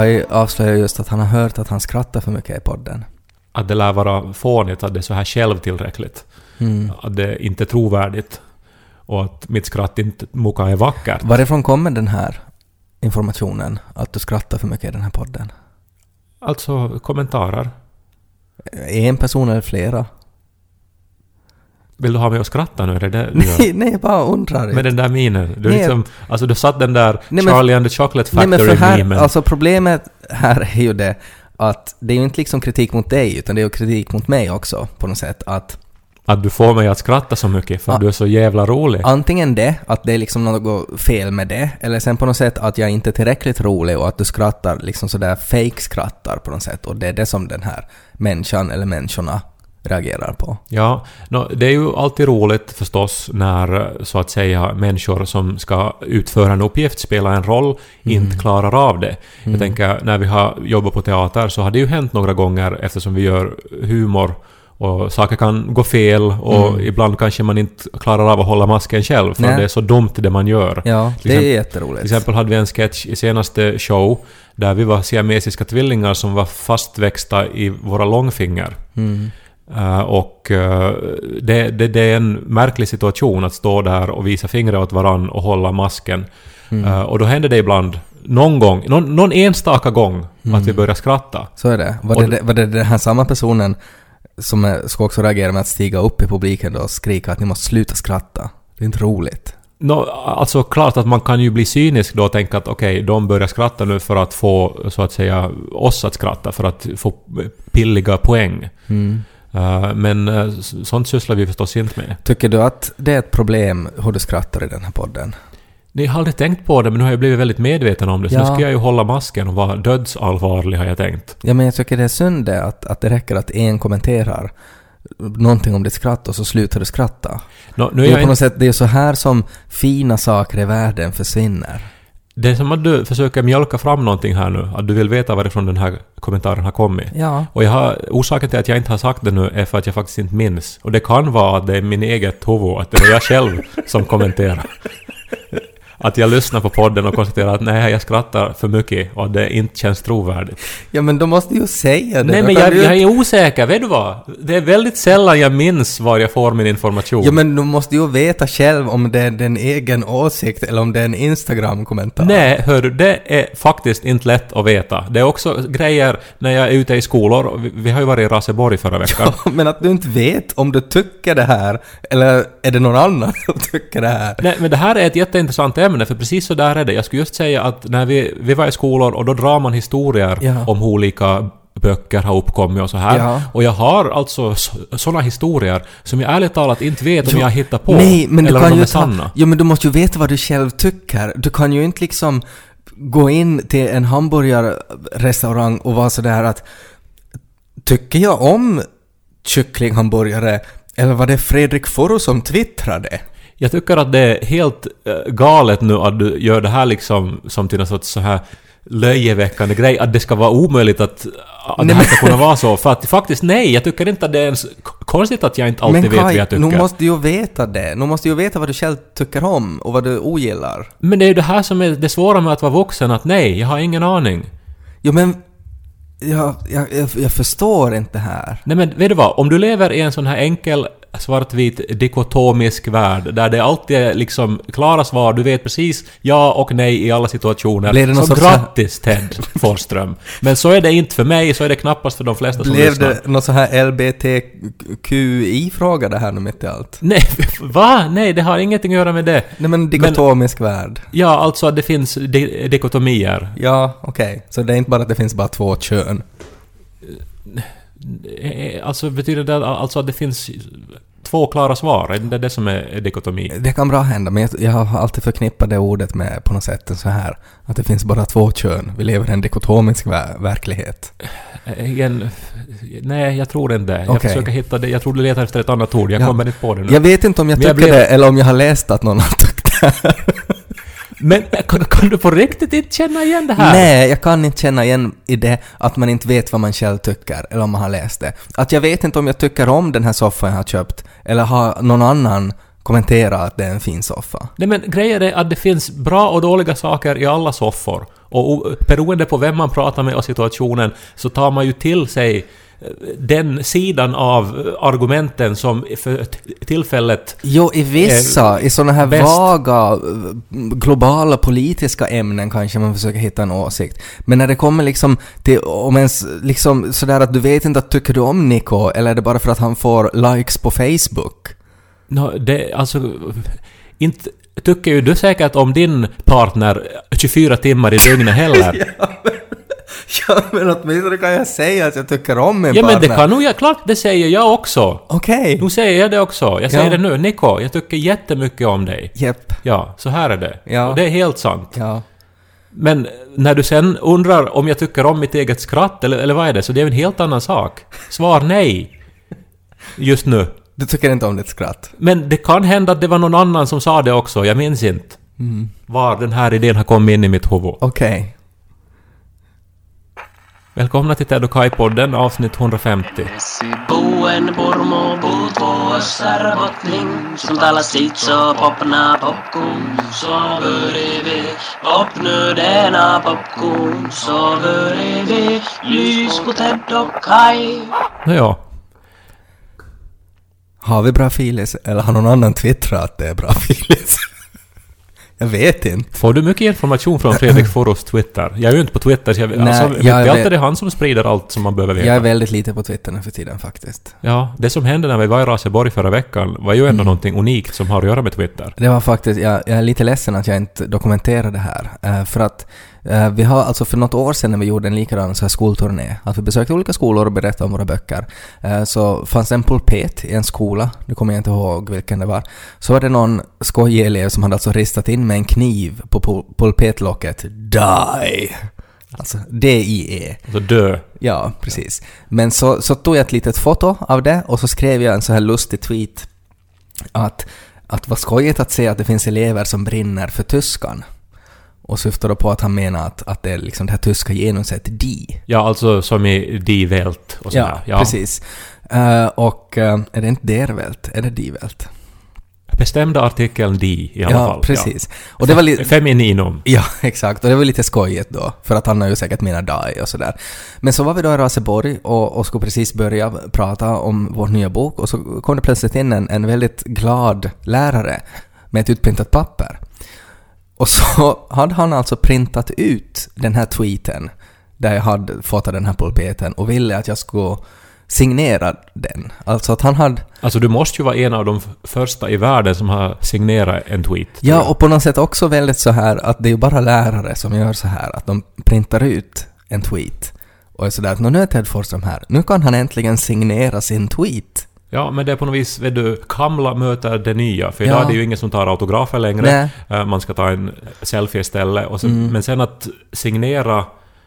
Kai avslöjar just att han har hört att han skrattar för mycket i podden. Att det lär vara fånigt, att det är så här självtillräckligt. Att det inte är trovärdigt. Och att mitt skratt inte muka är vackert. Varifrån kommer den här informationen att du skrattar för mycket i den här podden? Alltså kommentarer. En person eller flera? Vill du ha mig att skratta nu? Är det nej, jag bara undrar. Med den där minen. Du liksom, alltså du satt den där Charlie and the Chocolate Factory-mimen. Alltså problemet här är ju det att det är ju inte liksom kritik mot dig, utan det är ju kritik mot mig också på något sätt. Att du får mig att skratta så mycket för att du är så jävla rolig. Antingen det, att det är liksom något fel med det, eller sen på något sätt att jag inte är tillräckligt rolig och att du skrattar liksom sådär fake-skrattar på något sätt. Och det är det som den här människan eller människorna reagerar på. Ja, det är ju alltid roligt förstås när så att säga människor som ska utföra en uppgift, spela en roll, inte klarar av det. Jag tänker, när vi har jobbat på teater så har det ju hänt några gånger eftersom vi gör humor och saker kan gå fel och ibland kanske man inte klarar av att hålla masken själv för det är så dumt det man gör. Ja, det är jätteroligt. Till exempel hade vi en sketch i senaste show där vi var siamesiska tvillingar som var fastväxta i våra långfinger. Och det är en märklig situation att stå där och visa fingrar åt varann och hålla masken. Och då händer det ibland någon enstaka gång att vi börjar skratta. Så är det. Var det den här samma personen som ska också reagera med att stiga upp i publiken och skrika att ni måste sluta skratta? Det är inte roligt. Alltså klart att man kan ju bli cynisk då och tänka att okej, de börjar skratta nu för att få så att säga oss att skratta, för att få pilliga poäng. Men sånt sysslar vi förstås inte med. Tycker du att det är ett problem hur du skrattar i den här podden? Jag har aldrig tänkt på det, men nu har jag blivit väldigt medveten om det. Så nu ska jag ju hålla masken och vara dödsallvarlig, har jag tänkt. Ja, men jag tycker det är synd att det räcker att en kommenterar någonting om ditt skratt och så slutar du skratta. Det är på något sätt, det är så här som fina saker i världen försvinner. Det är som att du försöker mjölka fram någonting här nu. Att du vill veta varifrån den här kommentaren har kommit. Ja. Och orsaken till att jag inte har sagt det nu är för att jag faktiskt inte minns. Och det kan vara att det är min eget huvud. Att det var jag själv som kommenterar. Att jag lyssnar på podden och konstaterar att nej, jag skrattar för mycket och det inte känns trovärdigt. Ja, men då måste du ju säga det. Nej, men jag är osäker, vet du vad? Det är väldigt sällan jag minns var jag får min information. Ja, men du måste ju veta själv om det är en egen åsikt eller om det är en Instagram-kommentar. Nej, hör du, det är faktiskt inte lätt att veta. Det är också grejer när jag är ute i skolor. Vi har ju varit i Raseborg förra veckan. Ja, men att du inte vet om du tycker det här eller är det någon annan som tycker det här? Nej, men det här är ett jätteintressant ämne. För precis så där är det. Jag skulle just säga att när vi var i skolor och då drar man historier om olika böcker har uppkommit och så här. Ja. Och jag har alltså sådana historier som jag ärligt talat inte vet om jag hittar på. Nej, men eller du kan om de ju är sanna. Jo, men du måste ju veta vad du själv tycker. Du kan ju inte liksom gå in till en hamburgarrestaurang och vara så där att tycker jag om kycklinghamburgare eller var det Fredrik Forro som twittrade? Jag tycker att det är helt galet nu att du gör det här liksom som till något sorts så här löjeväckande grej, att det ska vara omöjligt att det här ska kunna vara så. För att faktiskt nej, jag tycker inte att det är ens konstigt att jag inte alltid vet vad jag tycker. Men nu måste ju veta det. Nu måste ju veta vad du själv tycker om och vad du ogillar. Men det är ju det här som är det svåra med att vara vuxen, att nej, jag har ingen aning. Jo, men jag förstår inte här. Nej, men vet du vad? Om du lever i en sån här enkel svartvit dikotomisk värld där det alltid är liksom klara svar, du vet precis ja och nej i alla situationer. Så grattis Ted Forsström. Men så är det inte för mig, så är det knappast för de flesta som lyssnar. Blev det någon så här LBTQI-fråga det här nu mitt i allt? Nej, va? Nej, det har ingenting att göra med det. Nej, men dikotomisk värld. Ja, alltså att det finns dikotomier. Ja, okej. Så det är inte bara att det finns bara två kön. Alltså betyder det alltså att det finns två klara svar? Det är det som är dikotomi. Det kan bra hända, men jag har alltid förknippat det ordet med på något sätt så här att det finns bara två kön. Vi lever i en dikotomisk verklighet. Nej, jag tror inte det. Jag försöker hitta det. Jag tror du letar efter ett annat ord. Jag kommer inte på det nu. Jag vet inte om jag tycker det eller om jag har läst att någon har tyckt det. Men kan du på riktigt inte känna igen det här? Nej, jag kan inte känna igen i det att man inte vet vad man själv tycker eller om man har läst det. Att jag vet inte om jag tycker om den här soffan jag har köpt eller har någon annan kommentera att det är en fin soffa. Nej, men grejen är att det finns bra och dåliga saker i alla soffor. Och beroende på vem man pratar med och situationen så tar man ju till sig den sidan av argumenten som för tillfället... Jo, i vissa, i sådana här bäst. vaga globala politiska ämnen kanske man försöker hitta en åsikt. Men när det kommer liksom till, om ens liksom sådär att du vet inte att tycker du om Nico, eller är det bara för att han får likes på Facebook? No, det, alltså... Inte tycker ju du säkert om din partner 24 timmar i dygnet heller. Ja, men åtminstone kan jag säga att jag tycker om min Ja, partner. men det kan nog jag, klart det säger jag också. Okej. Nu säger jag det också. Jag säger det nu. Nico, jag tycker jättemycket om dig. Japp. Ja, så här är det. Ja. Och det är helt sant. Ja. Men när du sen undrar om jag tycker om mitt eget skratt, eller vad är det? Så det är en helt annan sak. Svar nej. Just nu. Du tycker inte om ditt skratt? Men det kan hända att det var någon annan som sa det också. Jag minns inte. Var den här idén har kommit in i mitt huvud. Okej. Välkomna till Ted och Kai-podden, avsnitt 150. Buen pormo puutuossa robotling, som talar sitt så popna popcorn, så börjar vi öppna denna popcorn, så börjar vi lys på Ted och Kai. Ja. Har vi bra filis? Eller har någon annan twittrat att det är bra filis? Jag vet inte. Får du mycket information från Fredrik Foros Twitter? Jag är ju inte på Twitter, så det är alltid han som sprider allt som man behöver veta. Jag är väldigt lite på Twitter nu för tiden faktiskt. Ja, det som hände när vi var i Raseborg förra veckan var ju ändå någonting unikt som har att göra med Twitter. Det var faktiskt, jag är lite ledsen att jag inte dokumenterade det här. För att vi har alltså för något år sedan när vi gjorde en likadan så här skolturné, att vi besökte olika skolor och berättade om våra böcker, så fanns det en pulpet i en skola, nu kommer jag inte ihåg vilken det var, så var det någon skojig elev som hade alltså ristat in med en kniv på pulpetlocket DIE. Alltså D-I-E. Alltså dö. Ja, precis. Men så tog jag ett litet foto av det och så skrev jag en så här lustig tweet att vad skojigt att se att det finns elever som brinner för tyskan. Och syftar då på att han menar att det är liksom det här tyska genuset die. Ja, alltså som i die Welt och sådär. Ja, precis. Och är det inte der Welt? Är det die Welt? Bestämda artikeln die i alla fall. Ja, precis. Ja. Och det var lite... Femininum. Ja, exakt. Och det var lite skojigt då. För att han har ju säkert menat die och sådär. Men så var vi då i Raseborg och skulle precis börja prata om vår nya bok. Och så kom det plötsligt in en väldigt glad lärare med ett utprintat papper. Och så hade han alltså printat ut den här tweeten där jag hade fått den här pulpeten och ville att jag skulle signera den. Alltså att han hade... Alltså du måste ju vara en av de första i världen som har signerat en tweet. Ja, och på något sätt också väldigt så här att det är ju bara lärare som gör så här, att de printar ut en tweet och är sådär att nu är Ted Forsström här. Nu kan han äntligen signera sin tweet. Ja, men det är på något vis, vet du, gamla möter det nya. För idag är det ju ingen som tar autografer längre. Man ska ta en selfie istället. Och så, men sen att signera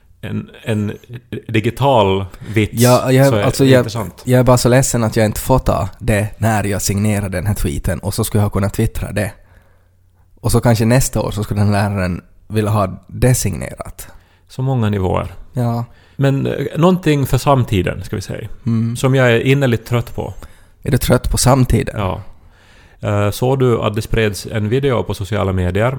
en digital vits så är det intressant. Jag är bara så ledsen att jag inte får ta det när jag signerar den här tweeten. Och så skulle jag kunna twittra det. Och så kanske nästa år så skulle den läraren vilja ha det signerat. Så många nivåer. Ja. Men någonting för samtiden, ska vi säga. Som jag är innerligt trött på. Är du trött på samtiden? Ja. Såg du att det spreds en video på sociala medier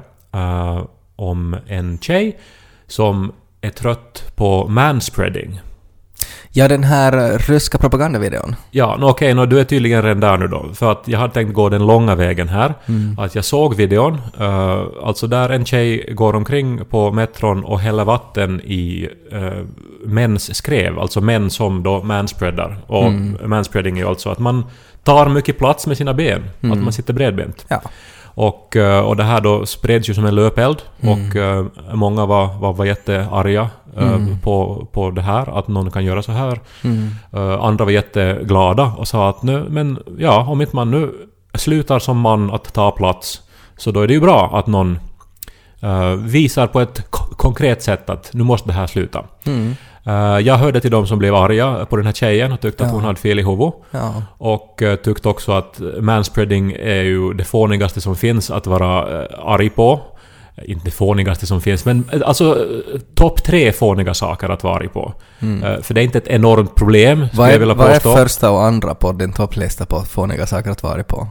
om en tjej som är trött på manspreading? Ja, den här ryska propagandavideon. Ja, okej, du är tydligen redan där nu då. För att jag hade tänkt gå den långa vägen här. Att jag såg videon. Alltså där en tjej går omkring på metron och häller vatten i mäns skrev. Alltså män som då manspreadar. Och manspreading är ju alltså att man tar mycket plats med sina ben. Att man sitter bredbent. Ja. Och det här då spreds ju som en löpeld. Och många var jättearga på det här, att någon kan göra så här. Andra var jätteglada och sa att nu, men ja, om inte man nu slutar som man att ta plats, så då är det ju bra att någon visar på ett konkret sätt att nu måste det här sluta. Jag hörde till dem som blev arga på den här tjejen och tyckte att hon hade fel i huvudet. Ja. Och tyckte också att manspreading är ju det fånigaste som finns att vara arg på. inte det fånigaste som finns, men alltså topp 3 fåniga saker att vara på. För det är inte ett enormt problem. Vad är första och andra på din topplista på fåniga saker att vara på?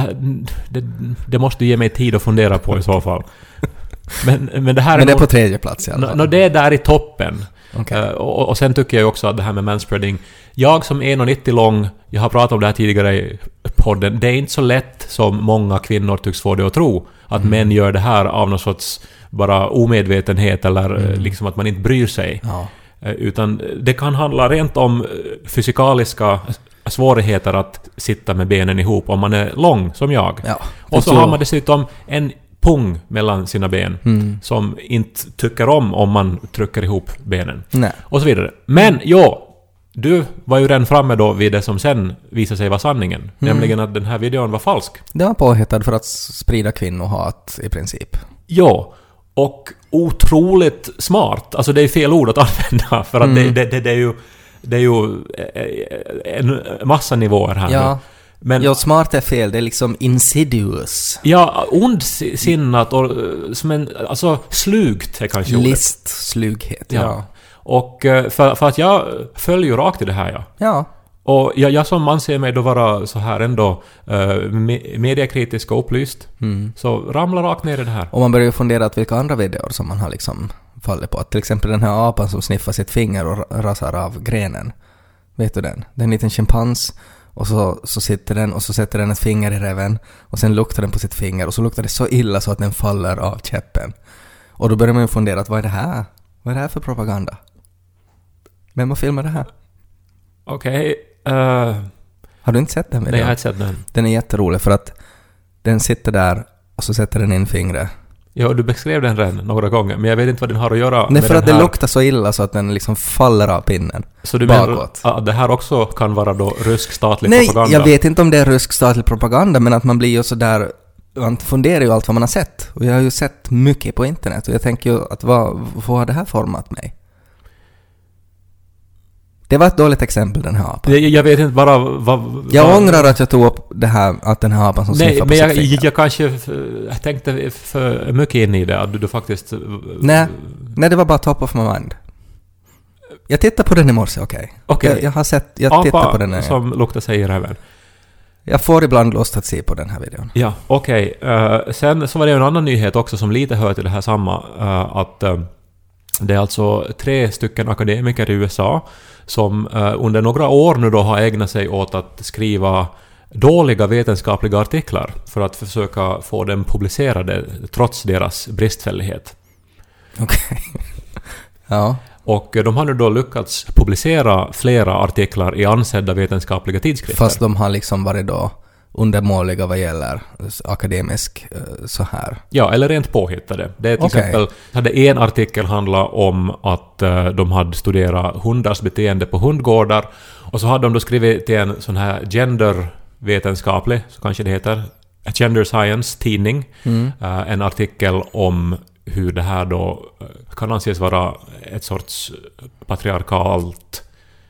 Det måste du ge mig tid att fundera på i så fall. Men det här men det är på tredje plats i alla fall. Det är där i toppen. Okay. Och sen tycker jag också att det här med manspreading, jag som 1,90 lång, jag har pratat om det här tidigare i podden, det är inte så lätt som många kvinnor tycks få det att tro att män gör det här av någon sorts bara omedvetenhet eller liksom att man inte bryr sig. Ja. Utan det kan handla rent om fysikaliska svårigheter att sitta med benen ihop om man är lång som jag. Ja. Och så har man dessutom en pung mellan sina ben som inte tycker om man trycker ihop benen. Nej. Och så vidare. Men du var ju redan framme då vid det som sen visade sig vara sanningen. Nämligen att den här videon var falsk. Det var påhittad för att sprida kvinnohat i princip. Ja, och otroligt smart. Alltså det är fel ord att använda för att det är ju en massa nivåer här. Ja. Nu. Men smart är fel, det är liksom insidious. Ja, ondsinnat och som en, alltså slugt är kanske ordet. Slughet, ja. Och för att jag följer ju rakt i det här, Ja. Och jag som man ser mig då vara så här ändå mediekritisk och upplyst, så ramlar rakt ner i det här. Och man börjar ju fundera att vilka andra videor som man har liksom fallit på. Till exempel den här apan som sniffar sitt finger och rasar av grenen. Vet du den? Det är en liten chimpans. Och så sitter den och så sätter den ett finger i räven och sen luktar den på sitt finger och så luktar det så illa så att den faller av käppen. Och då börjar man ju fundera att vad är det här? Vad är det här för propaganda? Vem har filmat det här? Okej. Har du inte sett den? Nej, jag har inte sett den. Den är jätterolig för att den sitter där och så sätter den in fingret. Ja, du beskrev den redan några gånger, men jag vet inte vad den har att göra med för att det luktar så illa så att den liksom faller av pinnen. Så du bakåt. menar att det här också kan vara då rysk statlig propaganda? Nej, jag vet inte om det är rysk statlig propaganda, men att man blir ju så där, man funderar ju allt vad man har sett. Och jag har ju sett mycket på internet och jag tänker ju att vad har det här format mig? Det var ett dåligt exempel, den här apan. Jag vet inte bara jag ångrar att jag tog upp det här, att den här apan som sniffar på sitt finger. Jag kanske tänkte för mycket in i det, att du faktiskt... Nej, det var bara top of my mind. Jag tittar på den i morse, okej. Jag har sett, jag tittar på den här. Som luktar sig i räven. Jag får ibland lust att se på den här videon. Ja, okej. Sen så var det en annan nyhet också som lite hör till det här samma, att det är alltså 3 stycken akademiker i USA som under några år nu då har ägnat sig åt att skriva dåliga vetenskapliga artiklar för att försöka få dem publicerade trots deras bristfällighet. Okej. Ja. Och de har nu då lyckats publicera flera artiklar i ansedda vetenskapliga tidskrifter. Fast de har liksom varit då undermåliga vad gäller akademisk så här. Ja, eller rent påhittade. Det är till exempel, hade en artikel handla om att de hade studerat hundars beteende på hundgårdar, och så hade de då skrivit till en sån här gendervetenskaplig, så kanske det heter, Gender Science tidning, en artikel om hur det här då kan anses vara ett sorts patriarkalt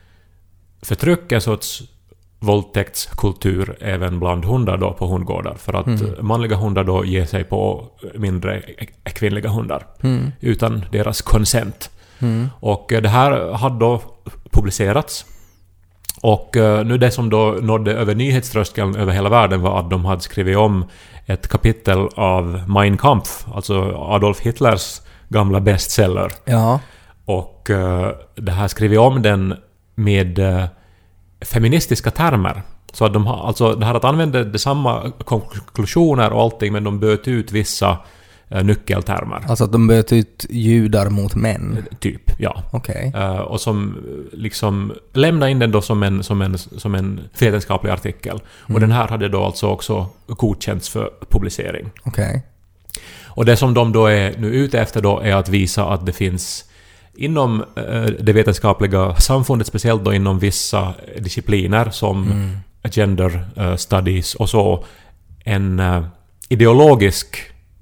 förtryck, en sorts våldtäktskultur även bland hundar då på hundgårdar, för att manliga hundar då ger sig på mindre kvinnliga hundar utan deras consent. Och det här hade då publicerats, och nu det som då nådde över nyhetströskeln över hela världen var att de hade skrivit om ett kapitel av Mein Kampf, alltså Adolf Hitlers gamla bestseller. Ja. Och det här skrivit om den med feministiska termer. Så att de har, alltså det här att använda de samma konklusioner och allting, men de böt ut vissa nyckeltermer. Alltså att de böt ut judar mot män? Typ, ja. Okej. Och som liksom lämna in den då som en vetenskaplig artikel. Och den här hade då alltså också godkänts för publicering. Okej. Och det som de då är nu ute efter då är att visa att det finns inom det vetenskapliga samfundet, speciellt då inom vissa discipliner som gender studies och så, en ideologisk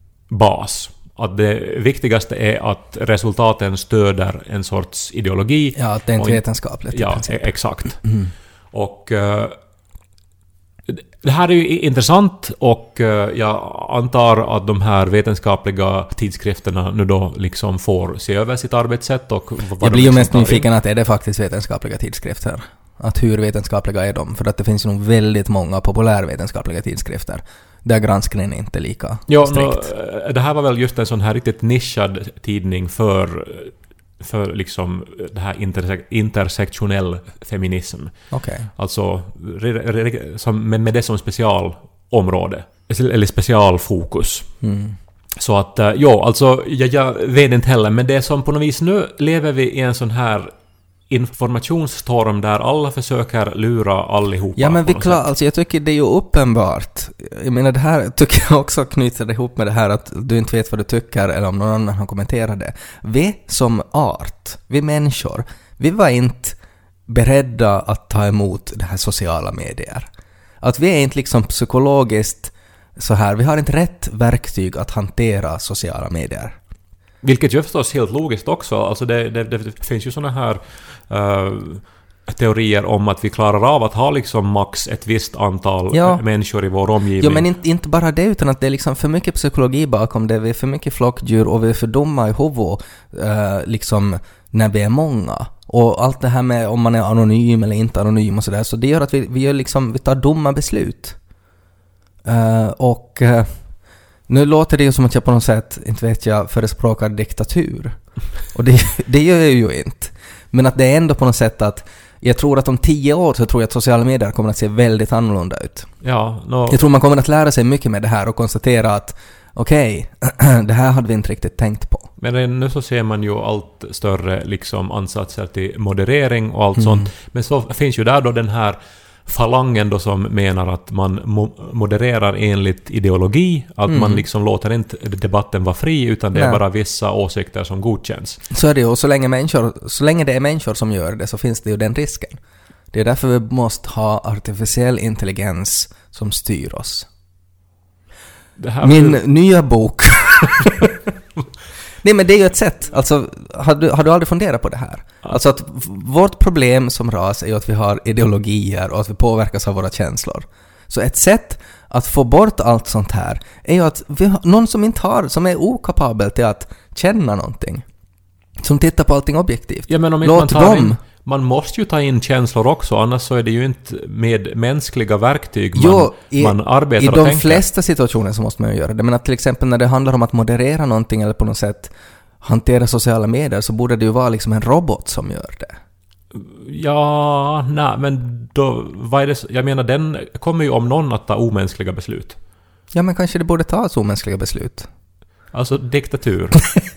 bas. Att det viktigaste är att resultaten stöder en sorts ideologi. Ja, att det är inte vetenskapligt. Ja, exakt. Och Det här är ju intressant och jag antar att de här vetenskapliga tidskrifterna nu då liksom får se över sitt arbetssätt och jag blir ju mest nyfiken att är det faktiskt vetenskapliga tidskrifter? Att hur vetenskapliga är de? För att det finns ju nog väldigt många populärvetenskapliga tidskrifter där granskningen inte är lika strikt. Det här var väl just en sån här riktigt nischad tidning för liksom det här intersektionell feminism. Okay. Alltså med det som specialområde eller specialfokus. Så att alltså jag vet inte heller, men det är som på något vis nu lever vi i en sån här informationsstorm där alla försöker lura allihopa. Ja, men alltså jag tycker det är ju uppenbart. Jag menar, det här tycker jag också knyter ihop med det här att du inte vet vad du tycker eller om någon annan har kommenterat det. Vi som art, vi människor, vi var inte beredda att ta emot det här sociala medier. Att vi är inte liksom psykologiskt så här, vi har inte rätt verktyg att hantera sociala medier. Vilket ju förstås helt logiskt också. Alltså det finns ju såna här teorier om att vi klarar av att ha liksom max ett visst antal människor i vår omgivning. Ja, men inte bara det, utan att det är liksom för mycket psykologi bakom det. Vi är för mycket flockdjur och vi är för dumma i huvudet liksom när vi är många. Och allt det här med om man är anonym eller inte anonym och sådär. Så det gör att vi tar dumma beslut. Nu låter det ju som att jag på något sätt, inte vet jag, förespråkar diktatur. Och det gör jag ju inte. Men att det är ändå på något sätt att jag tror att om 10 år så tror jag att sociala medier kommer att se väldigt annorlunda ut. Ja, jag tror man kommer att lära sig mycket med det här och konstatera att okej, det här hade vi inte riktigt tänkt på. Men nu så ser man ju allt större liksom ansatser till moderering och allt sånt. Men så finns ju där då den här falangen då som menar att man modererar enligt ideologi, att man liksom låter inte debatten vara fri utan det är bara vissa åsikter som godkänns. Så är det ju, och så länge det är människor som gör det så finns det ju den risken. Det är därför vi måste ha artificiell intelligens som styr oss. Min nya bok Nej, men det är ju ett sätt. Alltså, har du aldrig funderat på det här? Alltså att vårt problem som ras är ju att vi har ideologier och att vi påverkas av våra känslor. Så ett sätt att få bort allt sånt här är ju att vi har någon som är okapabel till att känna någonting. Som tittar på allting objektivt. Ja, men om inte man måste ju ta in känslor också, annars så är det ju inte med mänskliga verktyg man arbetar och tänker. I de flesta situationer så måste man ju göra det. Men att till exempel när det handlar om att moderera någonting eller på något sätt hantera sociala medier så borde det ju vara liksom en robot som gör det. Ja, nej, men då, vad är det? Jag menar, den kommer ju om någon att ta omänskliga beslut. Ja, men kanske det borde tas omänskliga beslut. Alltså diktatur.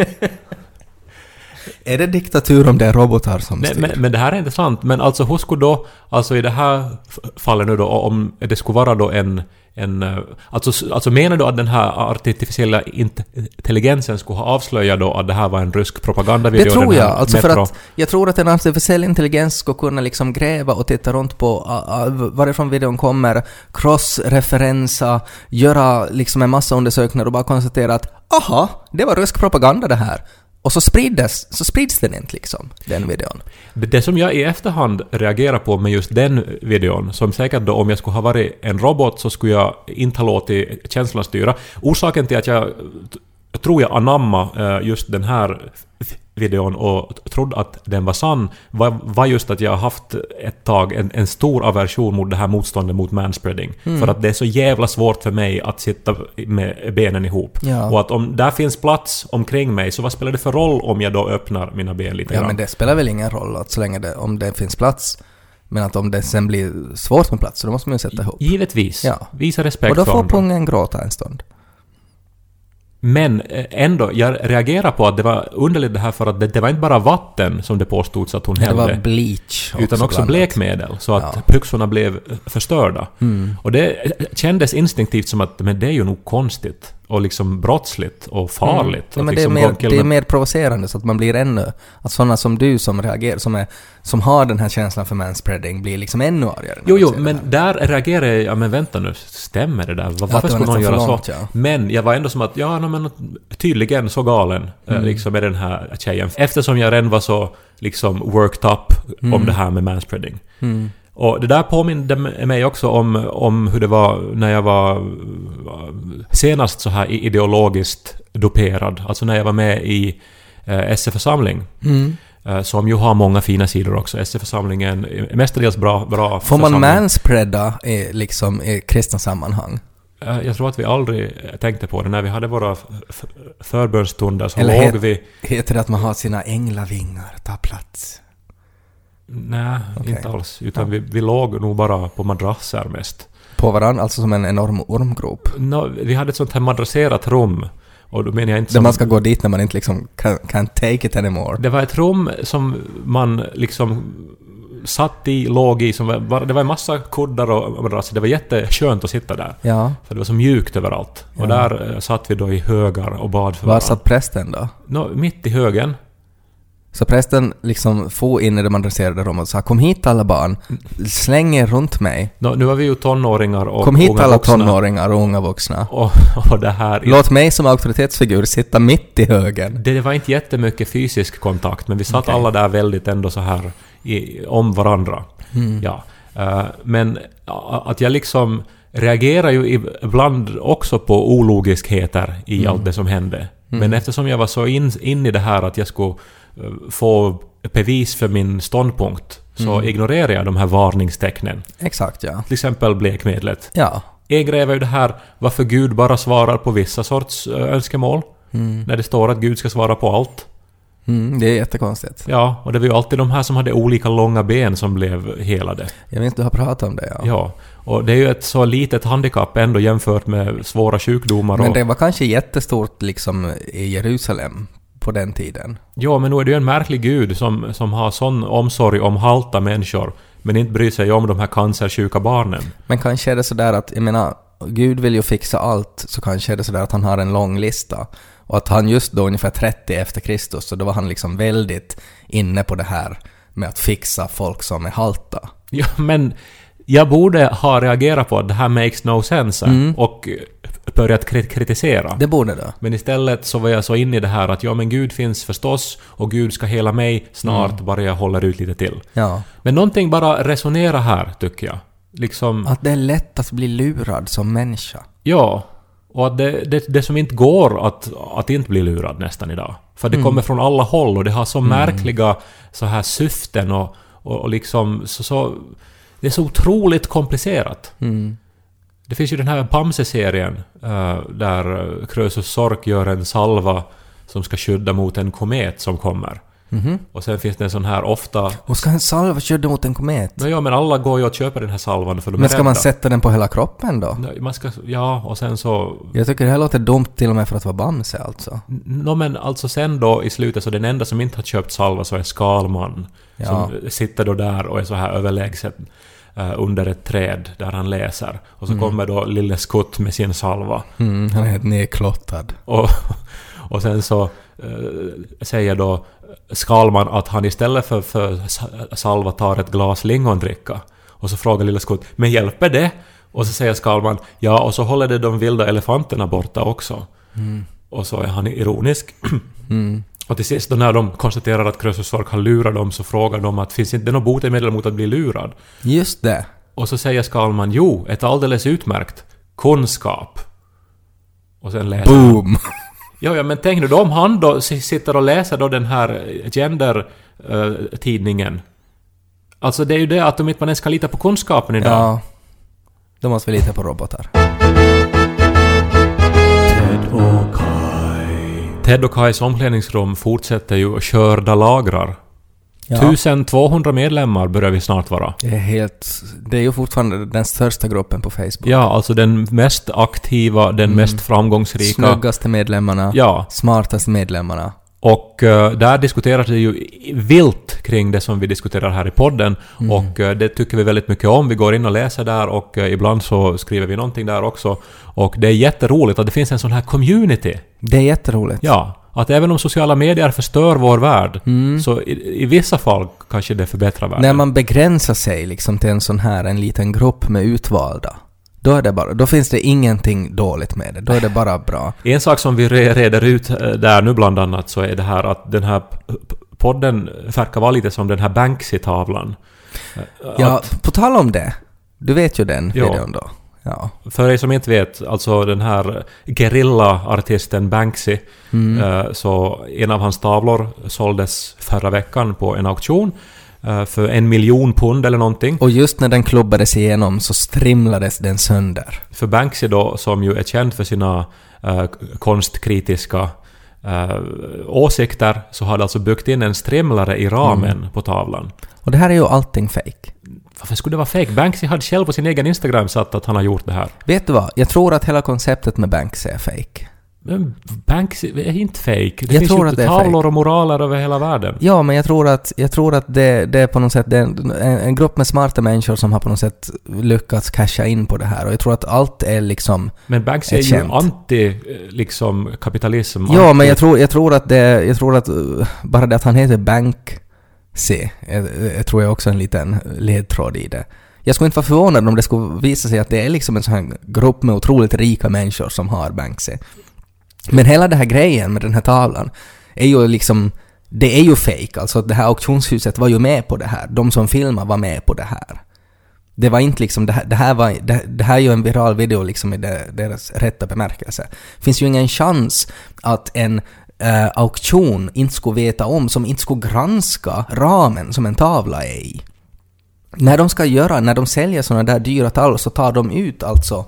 Är det diktatur om det är robotar som styr? Men det här är inte sant. Men alltså hur skulle då, alltså i det här fallet nu då, om det skulle vara då alltså menar du att den här artificiella intelligensen skulle ha avslöjat då att det här var en rysk propagandavideo? Det tror jag, alltså för att jag tror att en artificiell intelligens ska kunna liksom gräva och titta runt på varifrån videon kommer, cross-referensa, göra liksom en massa undersökningar och bara konstatera att aha, det var rysk propaganda det här. Och så sprids den inte liksom, den videon. Det som jag i efterhand reagerar på med just den videon, som säkert då om jag skulle ha varit en robot så skulle jag inte ha låtit känslan styra. Orsaken till att jag tror jag anamma just den här videon och trodde att den var sann var just att jag har haft ett tag en stor aversion mot det här motståndet mot manspreading. För att det är så jävla svårt för mig att sitta med benen ihop. Ja. Och att om där finns plats omkring mig, så vad spelar det för roll om jag då öppnar mina ben lite grann? Ja, men det spelar väl ingen roll att så länge om det finns plats. Men att om det sen blir svårt med plats så då måste man ju sätta ihop. Givetvis. Ja. Visa respekt för andra. Och då får andra. pungen gråta en stund. Men ändå, jag reagerar på att det var underligt det här för att det var inte bara vatten som det påstods att hon hällde. Det var bleach. Utan också blekmedel, så att byxorna blev förstörda. Och det kändes instinktivt som att men det är ju nog konstigt och liksom brottsligt och farligt. Ja, men liksom det är mer provocerande så att man blir ännu... Att sådana som du som reagerar, som har den här känslan för manspreading blir liksom ännu argare. Jo, men där reagerar jag, ja men vänta nu, stämmer det där? Varför skulle någon göra så? Ja. Men jag var ändå som att, men tydligen så galen liksom med den här tjejen. Eftersom jag redan var så liksom worked up om det här med manspreading. Och det där påminde mig också om hur det var när jag var senast så här ideologiskt doperad. Alltså när jag var med i SF-församling. Som ju har många fina sidor också. SF-församlingen är mestadels bra Får man manspreada i kristna sammanhang? Jag tror att vi aldrig tänkte på det. När vi hade våra förbönstunder så eller låg vi... Heter det att man har sina änglavingar ta plats? Nej, inte alls. Utan vi låg nog bara på madrasser mest. På varandra, alltså som en enorm ormgrop? Vi hade ett sånt här madrasserat rum. Och då menar jag inte där man ska gå dit när man inte liksom can take it anymore. Det var ett rum som man liksom satt i, låg i. Det var en massa kuddar och madrasser. Det var jätteskönt att sitta där. Ja. För det var så mjukt överallt. Och där satt vi då i högar och bad för varandra. Var satt prästen då? Mitt i högen. Så prästen liksom får in i det madrasserade rummet och sa: kom hit alla barn, släng er runt mig. Nu var vi ju tonåringar och kom hit unga alla vuxna. Tonåringar och unga vuxna. Och det här... Låt mig som auktoritetsfigur sitta mitt i högen. Det var inte jättemycket fysisk kontakt, men vi satt alla där väldigt ändå så här om varandra. Ja. Men att jag liksom reagerar ju ibland också på ologiskheter i allt det som hände. Men eftersom jag var så in i det här att jag skulle få bevis för min ståndpunkt så ignorerar jag de här varningstecknen. Exakt, ja. Till exempel blekmedlet. Ja. En grej var ju det här varför Gud bara svarar på vissa sorts önskemål. När det står att Gud ska svara på allt. Det är jättekonstigt. Ja, och det var ju alltid de här som hade olika långa ben som blev helade. Jag vet inte, du har pratat om det, ja. Ja, och det är ju ett så litet handikapp ändå jämfört med svåra sjukdomar. Men det var kanske jättestort liksom i Jerusalem på den tiden. Ja, men nu är det ju en märklig Gud som har sån omsorg om halta människor men inte bryr sig om de här cancersjuka barnen. Men kanske är det sådär att, jag menar, Gud vill ju fixa allt, så kanske är det sådär att han har en lång lista. Och att han just då ungefär 30 efter Kristus, så då var han liksom väldigt inne på det här med att fixa folk som är halta. Ja, men jag borde ha reagerat på att det här makes no sense och börjat kritisera. Det borde det. Men istället så var jag så inne i det här att ja, men Gud finns förstås och Gud ska hela mig snart, bara jag håller ut lite till. Ja. Men någonting bara resonerar här, tycker jag. Liksom, att det är lätt att bli lurad som människa. Ja, och att det som inte går att inte bli lurad nästan idag. För det kommer från alla håll och det har så märkliga så här syften och liksom så det är så otroligt komplicerat. Det finns ju den här Bamse-serien där Krösus Sork gör en salva som ska skydda mot en komet som kommer. Och sen finns det en sån här ofta... Och ska en salva skydda mot en komet? Ja, men alla går ju och köper den här salvan för de men ska man sätta den på hela kroppen då? Ja, och sen så... Jag tycker det här låter dumt till och med för att vara Bamse alltså. Men alltså sen då i slutet så den enda som inte har köpt salva så är Skalman. Ja. Som sitter då där och är så här överlägset under ett träd där han läser. Och så kommer då Lille Skutt med sin salva. Han är helt nedklottad. Och sen så säger då Skalman att han istället för salva tar ett glas lingondricka. Och så frågar Lille Skutt, men hjälper det? Och så säger Skalman, ja, och så håller det de vilda elefanterna borta också. Och så är han ironisk. Och till sist då när de konstaterar att Krösus Sork har lurat dem så frågar de att finns inte något botemedel mot att bli lurad? Just det. Och så säger Skalman, jo, ett alldeles utmärkt kunskap. Och sen läser boom! Ja, men tänk nu då om han då sitter och läser då den här gender-tidningen. Alltså det är ju det att de inte man ens kan lita på kunskapen idag. Ja, då måste vi lita på robotar. Ted och Kais omklädningsrum fortsätter ju att körda lagrar. Ja. 1200 medlemmar börjar vi snart vara. Det är ju fortfarande den största gruppen på Facebook. Ja, alltså den mest aktiva, den mest framgångsrika. Snyggaste medlemmarna, ja. Smartaste medlemmarna. Och där diskuteras det ju vilt kring det som vi diskuterar här i podden. Och det tycker vi väldigt mycket om. Vi går in och läser där och ibland så skriver vi någonting där också. Och det är jätteroligt att det finns en sån här community. Det är jätteroligt. Ja, att även om sociala medier förstör vår värld så i vissa fall kanske det förbättrar världen. När man begränsar sig liksom till en liten grupp med utvalda, då finns det ingenting dåligt med det. Då är det bara bra. En sak som vi reder ut där nu bland annat så är det här att den här podden verkar vara lite som den här Banksy-tavlan. Ja, på tal om det. Du vet ju den videon då. Ja. För er som inte vet, alltså den här gerilla-artisten Banksy, så en av hans tavlor såldes förra veckan på en auktion för 1 miljon pund eller någonting. Och just när den klubbades igenom så strimlades den sönder. För Banksy då, som ju är känd för sina konstkritiska åsikter, så hade alltså byggt in en strimlare i ramen på tavlan. Och det här är ju allting fake. Varför skulle det vara fake? Banksy hade själv på sin egen Instagram satt att han har gjort det här. Vet du vad? Jag tror att hela konceptet med Banksy är fake. Men Banksy är inte fake. Det Jag finns tror ju att det är tavlor fake. och moraler över hela världen. Ja, men jag tror att det är på något sätt en grupp med smarta människor som har på något sätt lyckats casha in på det här. Och jag tror att allt är liksom. Men Banksy är ju känt. anti liksom kapitalism. Ja, men jag tror att bara det att han heter Banksy, jag tror jag också en liten ledtråd i det. Jag skulle inte vara förvånad om det skulle visa sig att det är liksom en sån här grupp med otroligt rika människor som har Banksy. Men hela den här grejen med den här tavlan är ju liksom, det är ju fake. Alltså det här auktionshuset var ju med på det här. De som filmar var med på det här. Det var inte liksom, det här är ju en viral video liksom i deras rätta bemärkelse. Det finns ju ingen chans att en auktion inte skulle veta om, som inte skulle granska ramen som en tavla är i. När de säljer såna där dyra tavlor så tar de ut alltså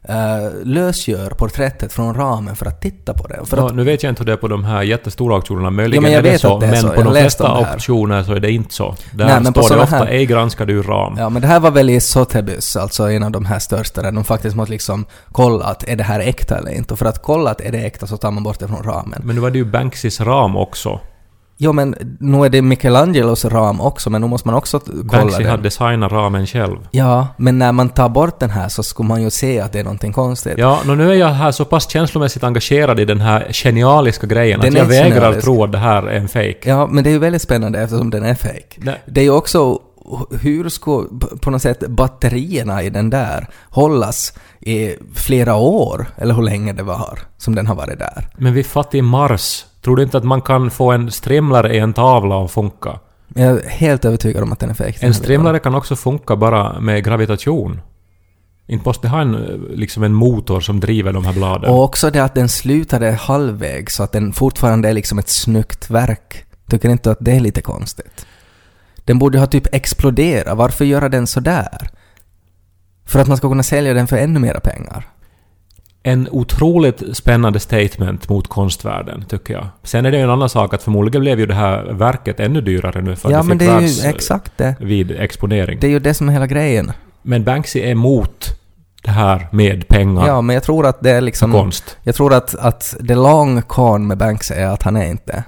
lösgör porträttet från ramen för att titta på det. Nu vet jag inte hur det är på de här jättestora auktionerna. Möjligen men jag är det vet så, att det är men så. på Jag de flesta läste om det här. auktioner så är det inte så. Där Nej, men på står det såna ofta, här- ej granskar ur ram. Ja, men det här var väl i Sotheby's, alltså en av de här största, där de faktiskt måste liksom kolla att är det här äkta eller inte. Och för att kolla att är det äkta så tar man bort det från ramen. Men nu var det ju Banksys ram också. Jo, men nu är det Michelangelos ram också, men nu måste man också kolla Banksy den. hade designat ramen själv. Ja, men när man tar bort den här så skulle man ju se att det är någonting konstigt. Ja, nu är jag här så pass känslomässigt engagerad i den här genialiska grejen Den att jag är vägrar genialisk. tro att det här är en fake. Ja, men det är ju väldigt spännande eftersom den är fake. Nej. Det är ju också hur ska på något sätt batterierna i den där hållas i flera år, eller hur länge det var som den har varit där. Men vi fattar i Mars. Tror du inte att man kan få en strimlare i en tavla att funka? Jag är helt övertygad om att den är fake. En strimlare kan också funka bara med gravitation. Inte måste ha liksom en motor som driver de här bladen. Och också det att den slutade halvvägs så att den fortfarande är liksom ett snyggt verk. Tycker inte att det är lite konstigt? Den borde ha typ exploderat. Varför göra den så där? För att man ska kunna sälja den för ännu mera pengar. En otroligt spännande statement mot konstvärlden, tycker jag. Sen är det ju en annan sak att förmodligen blev ju det här verket ännu dyrare nu för Ja, att men det det fick är ju exakt det. vid exponering. Det är ju det som är hela grejen. Men Banksy är emot det här med pengar Ja, men jag tror att det är liksom... och konst. Jag tror att det long con med Banksy är att han är inte...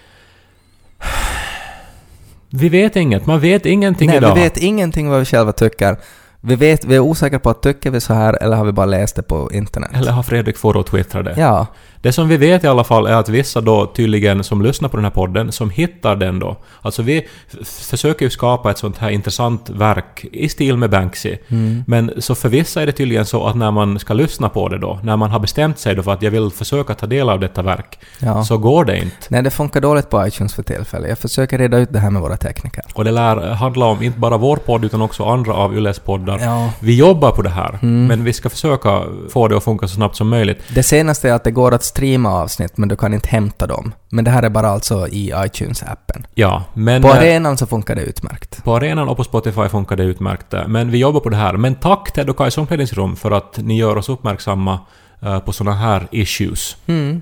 Vi vet inget. Man vet ingenting Nej, idag. vi vet ingenting vad vi själva tycker. Vi är osäkra på att tycker vi så här eller har vi bara läst det på internet? Eller har Fredrik Forå twittrat det? Ja. Det som vi vet i alla fall är att vissa då tydligen som lyssnar på den här podden som hittar den då. Alltså vi försöker ju skapa ett sånt här intressant verk i stil med Banksy. Men så för vissa är det tydligen så att när man ska lyssna på det då, när man har bestämt sig då för att jag vill försöka ta del av detta verk, Ja. så går det inte. Nej, det funkar dåligt på iTunes för tillfället. Jag försöker reda ut det här med våra tekniker. Och det lär handla om inte bara vår podd utan också andra av Yles poddar. Ja. Vi jobbar på det här, men vi ska försöka få det att funka så snabbt som möjligt. Det senaste är att det går att streama avsnitt, men du kan inte hämta dem. Men det här är bara alltså i iTunes-appen. Ja, men På arenan så funkar det utmärkt. på arenan och på Spotify funkar det utmärkt. Men vi jobbar på det här. Men tack Ted och Kajs omklädningsrum för att ni gör oss uppmärksamma på såna här issues.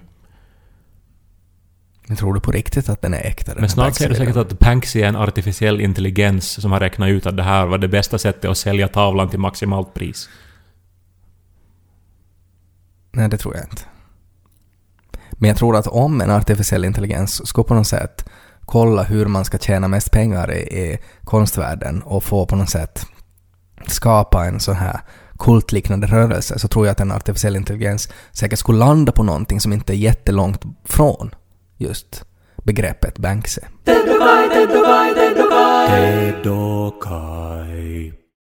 Men tror du på riktigt att den är äkta? Men snart säger du säkert att Banksy är en artificiell intelligens som har räknat ut att det här var det bästa sättet att sälja tavlan till maximalt pris. Nej, det tror jag inte. Men jag tror att om en artificiell intelligens ska på något sätt kolla hur man ska tjäna mest pengar i konstvärlden och få på något sätt skapa en sån här kultliknande rörelse, så tror jag att en artificiell intelligens säkert skulle landa på någonting som inte är jättelångt från just begreppet Banksy. Ted och Kai, Ted och Kai, Ted och Kai. Ted och Kai.